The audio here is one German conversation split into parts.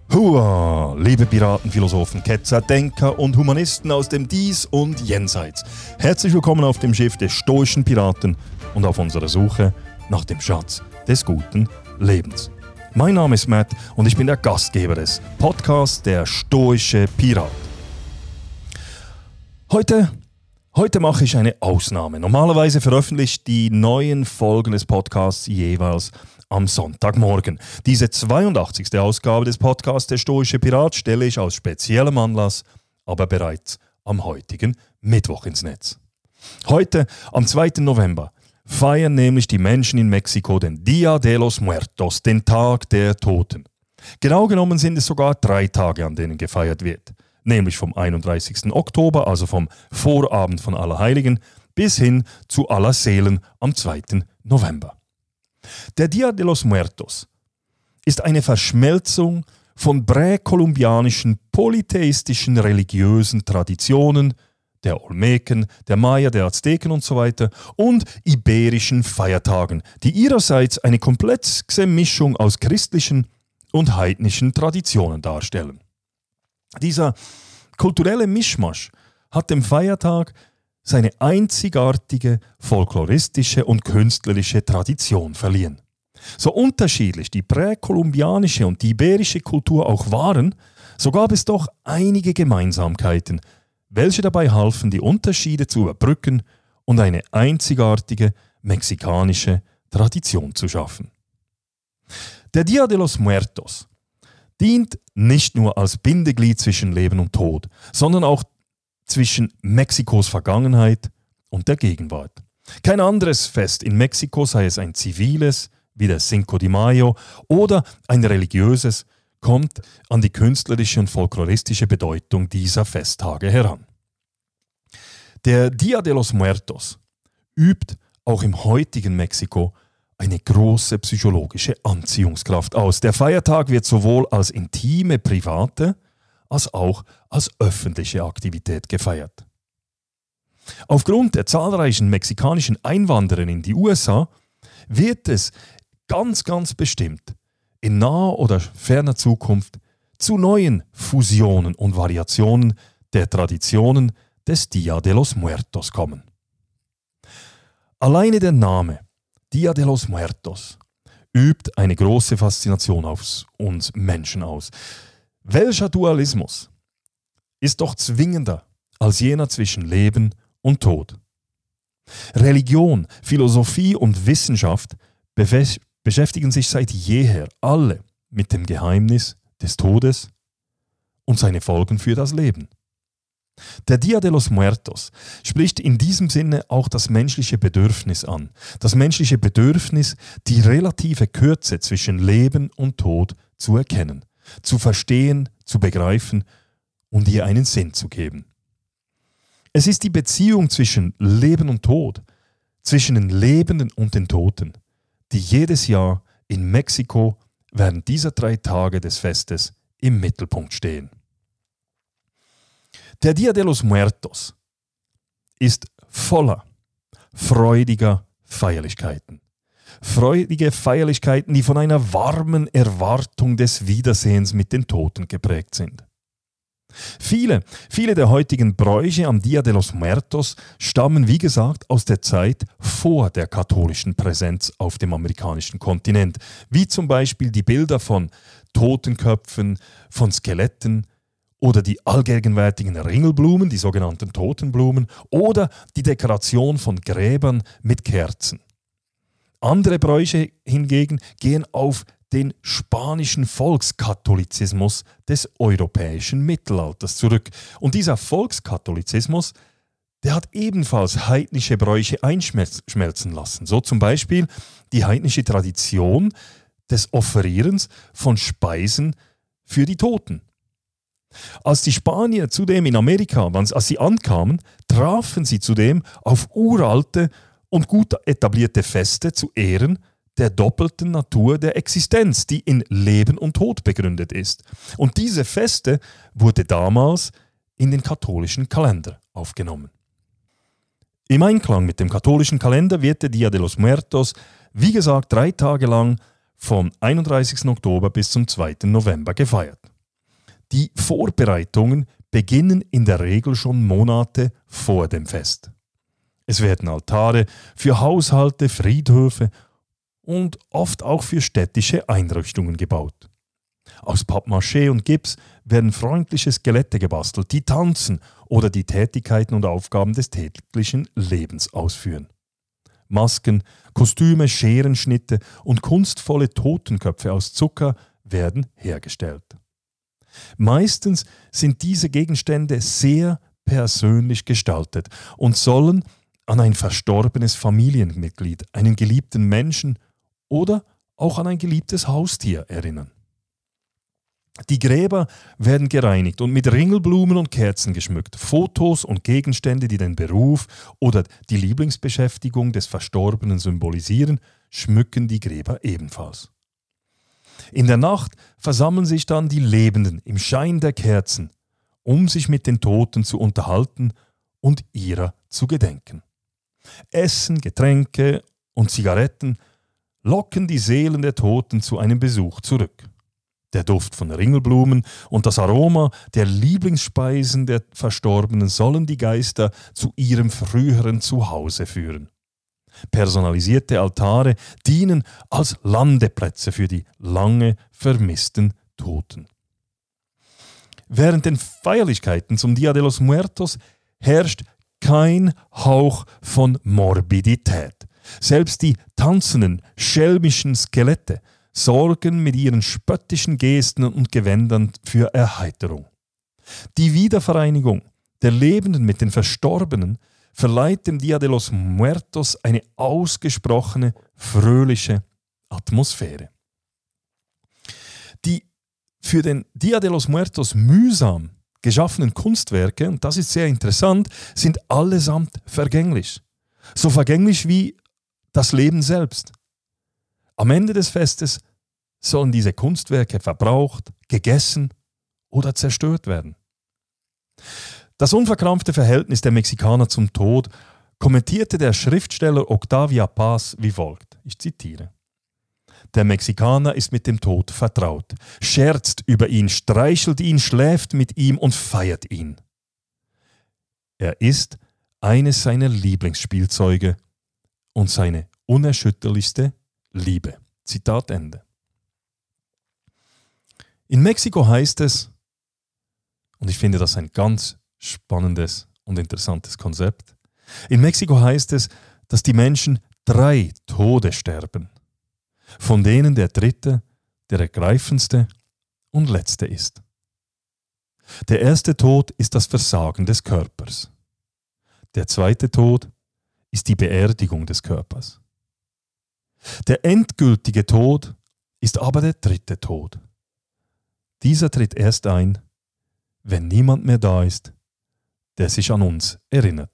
Hua, liebe Piraten, Philosophen, Ketzer, Denker und Humanisten aus dem Dies und Jenseits. Herzlich willkommen auf dem Schiff des stoischen Piraten und auf unserer Suche nach dem Schatz des guten Lebens. Mein Name ist Matt und ich bin der Gastgeber des Podcasts Der stoische Pirat. Heute mache ich eine Ausnahme. Normalerweise veröffentliche ich die neuen Folgen des Podcasts jeweils am Sonntagmorgen. Diese 82. Ausgabe des Podcasts Der stoische Pirat stelle ich aus speziellem Anlass, aber bereits am heutigen Mittwoch ins Netz. Heute, am 2. November, feiern nämlich die Menschen in Mexiko den Día de los Muertos, den Tag der Toten. Genau genommen sind es sogar 3 Tage, an denen gefeiert wird. Nämlich vom 31. Oktober, also vom Vorabend von Allerheiligen, bis hin zu Allerseelen am 2. November. Der Día de los Muertos ist eine Verschmelzung von präkolumbianischen polytheistischen religiösen Traditionen, der Olmeken, der Maya, der Azteken usw. und iberischen Feiertagen, die ihrerseits eine komplexe Mischung aus christlichen und heidnischen Traditionen darstellen. Dieser kulturelle Mischmasch hat dem Feiertag seine einzigartige folkloristische und künstlerische Tradition verliehen. So unterschiedlich die präkolumbianische und die iberische Kultur auch waren, so gab es doch einige Gemeinsamkeiten, welche dabei halfen, die Unterschiede zu überbrücken und eine einzigartige mexikanische Tradition zu schaffen. Der Día de los Muertos dient nicht nur als Bindeglied zwischen Leben und Tod, sondern auch zwischen Mexikos Vergangenheit und der Gegenwart. Kein anderes Fest in Mexiko, sei es ein ziviles, wie der Cinco de Mayo, oder ein religiöses, kommt an die künstlerische und folkloristische Bedeutung dieser Festtage heran. Der Día de los Muertos übt auch im heutigen Mexiko eine große psychologische Anziehungskraft aus. Der Feiertag wird sowohl als intime, private, als auch als öffentliche Aktivität gefeiert. Aufgrund der zahlreichen mexikanischen Einwanderer in die USA wird es ganz bestimmt in naher oder ferner Zukunft zu neuen Fusionen und Variationen der Traditionen des Día de los Muertos kommen. Alleine der Name Día de los Muertos übt eine große Faszination auf uns Menschen aus. Welcher Dualismus ist doch zwingender als jener zwischen Leben und Tod? Religion, Philosophie und Wissenschaft beschäftigen sich seit jeher alle mit dem Geheimnis des Todes und seine Folgen für das Leben. Der Día de los Muertos spricht in diesem Sinne auch das menschliche Bedürfnis an. Das menschliche Bedürfnis, die relative Kürze zwischen Leben und Tod zu erkennen, zu verstehen, zu begreifen und ihr einen Sinn zu geben. Es ist die Beziehung zwischen Leben und Tod, zwischen den Lebenden und den Toten, die jedes Jahr in Mexiko während dieser 3 Tage des Festes im Mittelpunkt stehen. Der Día de los Muertos ist voller freudiger Feierlichkeiten. Freudige Feierlichkeiten, die von einer warmen Erwartung des Wiedersehens mit den Toten geprägt sind. Viele der heutigen Bräuche am Día de los Muertos stammen, wie gesagt, aus der Zeit vor der katholischen Präsenz auf dem amerikanischen Kontinent, wie zum Beispiel die Bilder von Totenköpfen, von Skeletten oder die allgegenwärtigen Ringelblumen, die sogenannten Totenblumen, oder die Dekoration von Gräbern mit Kerzen. Andere Bräuche hingegen gehen auf den spanischen Volkskatholizismus des europäischen Mittelalters zurück. Und dieser Volkskatholizismus, der hat ebenfalls heidnische Bräuche einschmelzen lassen. So zum Beispiel die heidnische Tradition des Offerierens von Speisen für die Toten. Als die Spanier zudem in Amerika, als sie ankamen, trafen sie zudem auf uralte und gut etablierte Feste zu Ehren der doppelten Natur der Existenz, die in Leben und Tod begründet ist. Und diese Feste wurde damals in den katholischen Kalender aufgenommen. Im Einklang mit dem katholischen Kalender wird der Día de los Muertos, wie gesagt, 3 Tage lang vom 31. Oktober bis zum 2. November gefeiert. Die Vorbereitungen beginnen in der Regel schon Monate vor dem Fest. Es werden Altare für Haushalte, Friedhöfe und oft auch für städtische Einrichtungen gebaut. Aus Pappmaché und Gips werden freundliche Skelette gebastelt, die tanzen oder die Tätigkeiten und Aufgaben des täglichen Lebens ausführen. Masken, Kostüme, Scherenschnitte und kunstvolle Totenköpfe aus Zucker werden hergestellt. Meistens sind diese Gegenstände sehr persönlich gestaltet und sollen an ein verstorbenes Familienmitglied, einen geliebten Menschen oder auch an ein geliebtes Haustier erinnern. Die Gräber werden gereinigt und mit Ringelblumen und Kerzen geschmückt. Fotos und Gegenstände, die den Beruf oder die Lieblingsbeschäftigung des Verstorbenen symbolisieren, schmücken die Gräber ebenfalls. In der Nacht versammeln sich dann die Lebenden im Schein der Kerzen, um sich mit den Toten zu unterhalten und ihrer zu gedenken. Essen, Getränke und Zigaretten locken die Seelen der Toten zu einem Besuch zurück. Der Duft von Ringelblumen und das Aroma der Lieblingsspeisen der Verstorbenen sollen die Geister zu ihrem früheren Zuhause führen. Personalisierte Altare dienen als Landeplätze für die lange vermissten Toten. Während den Feierlichkeiten zum Dia de los Muertos herrscht kein Hauch von Morbidität. Selbst die tanzenden, schelmischen Skelette sorgen mit ihren spöttischen Gesten und Gewändern für Erheiterung. Die Wiedervereinigung der Lebenden mit den Verstorbenen verleiht dem Dia de los Muertos eine ausgesprochene, fröhliche Atmosphäre. Die für den Dia de los Muertos mühsam geschaffenen Kunstwerke, und das ist sehr interessant, sind allesamt vergänglich. So vergänglich wie das Leben selbst. Am Ende des Festes sollen diese Kunstwerke verbraucht, gegessen oder zerstört werden. Das unverkrampfte Verhältnis der Mexikaner zum Tod kommentierte der Schriftsteller Octavio Paz wie folgt, ich zitiere: Der Mexikaner ist mit dem Tod vertraut, scherzt über ihn, streichelt ihn, schläft mit ihm und feiert ihn. Er ist eines seiner Lieblingsspielzeuge und seine unerschütterlichste Liebe. Zitat Ende. In Mexiko heißt es, und ich finde das ein ganz spannendes und interessantes Konzept, in Mexiko heißt es, dass die Menschen 3 Tode sterben, von denen der 3. der ergreifendste und letzte ist. Der erste Tod ist das Versagen des Körpers. Der 2. Tod ist die Beerdigung des Körpers. Der endgültige Tod ist aber der 3. Tod. Dieser tritt erst ein, wenn niemand mehr da ist, der sich an uns erinnert.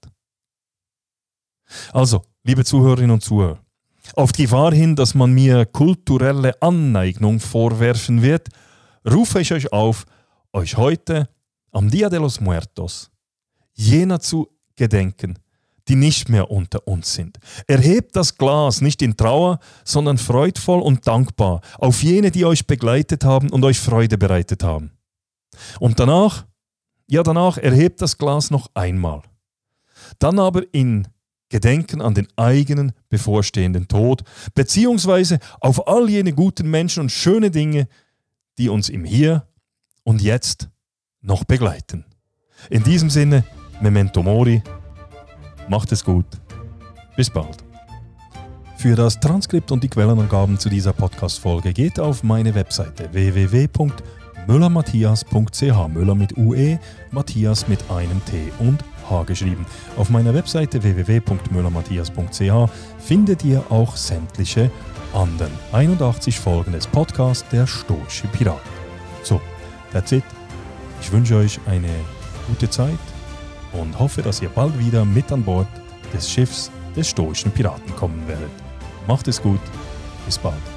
Also, liebe Zuhörerinnen und Zuhörer, auf die Gefahr hin, dass man mir kulturelle Aneignung vorwerfen wird, rufe ich euch auf, euch heute am Dia de los Muertos jener zu gedenken, die nicht mehr unter uns sind. Erhebt das Glas nicht in Trauer, sondern freudvoll und dankbar auf jene, die euch begleitet haben und euch Freude bereitet haben. Und danach erhebt das Glas noch einmal. Dann aber in Gedenken an den eigenen bevorstehenden Tod, beziehungsweise auf all jene guten Menschen und schöne Dinge, die uns im Hier und Jetzt noch begleiten. In diesem Sinne, Memento Mori, macht es gut. Bis bald. Für das Transkript und die Quellenangaben zu dieser Podcast-Folge geht auf meine Webseite www.müllermatthias.ch. Müller mit UE, Matthias mit einem T und H geschrieben. Auf meiner Webseite www.müllermatthias.ch findet ihr auch sämtliche anderen 81 Folgen des Podcasts Der Stoische Pirat. So, that's it. Ich wünsche euch eine gute Zeit und hoffe, dass ihr bald wieder mit an Bord des Schiffs des Stoischen Piraten kommen werdet. Macht es gut, bis bald.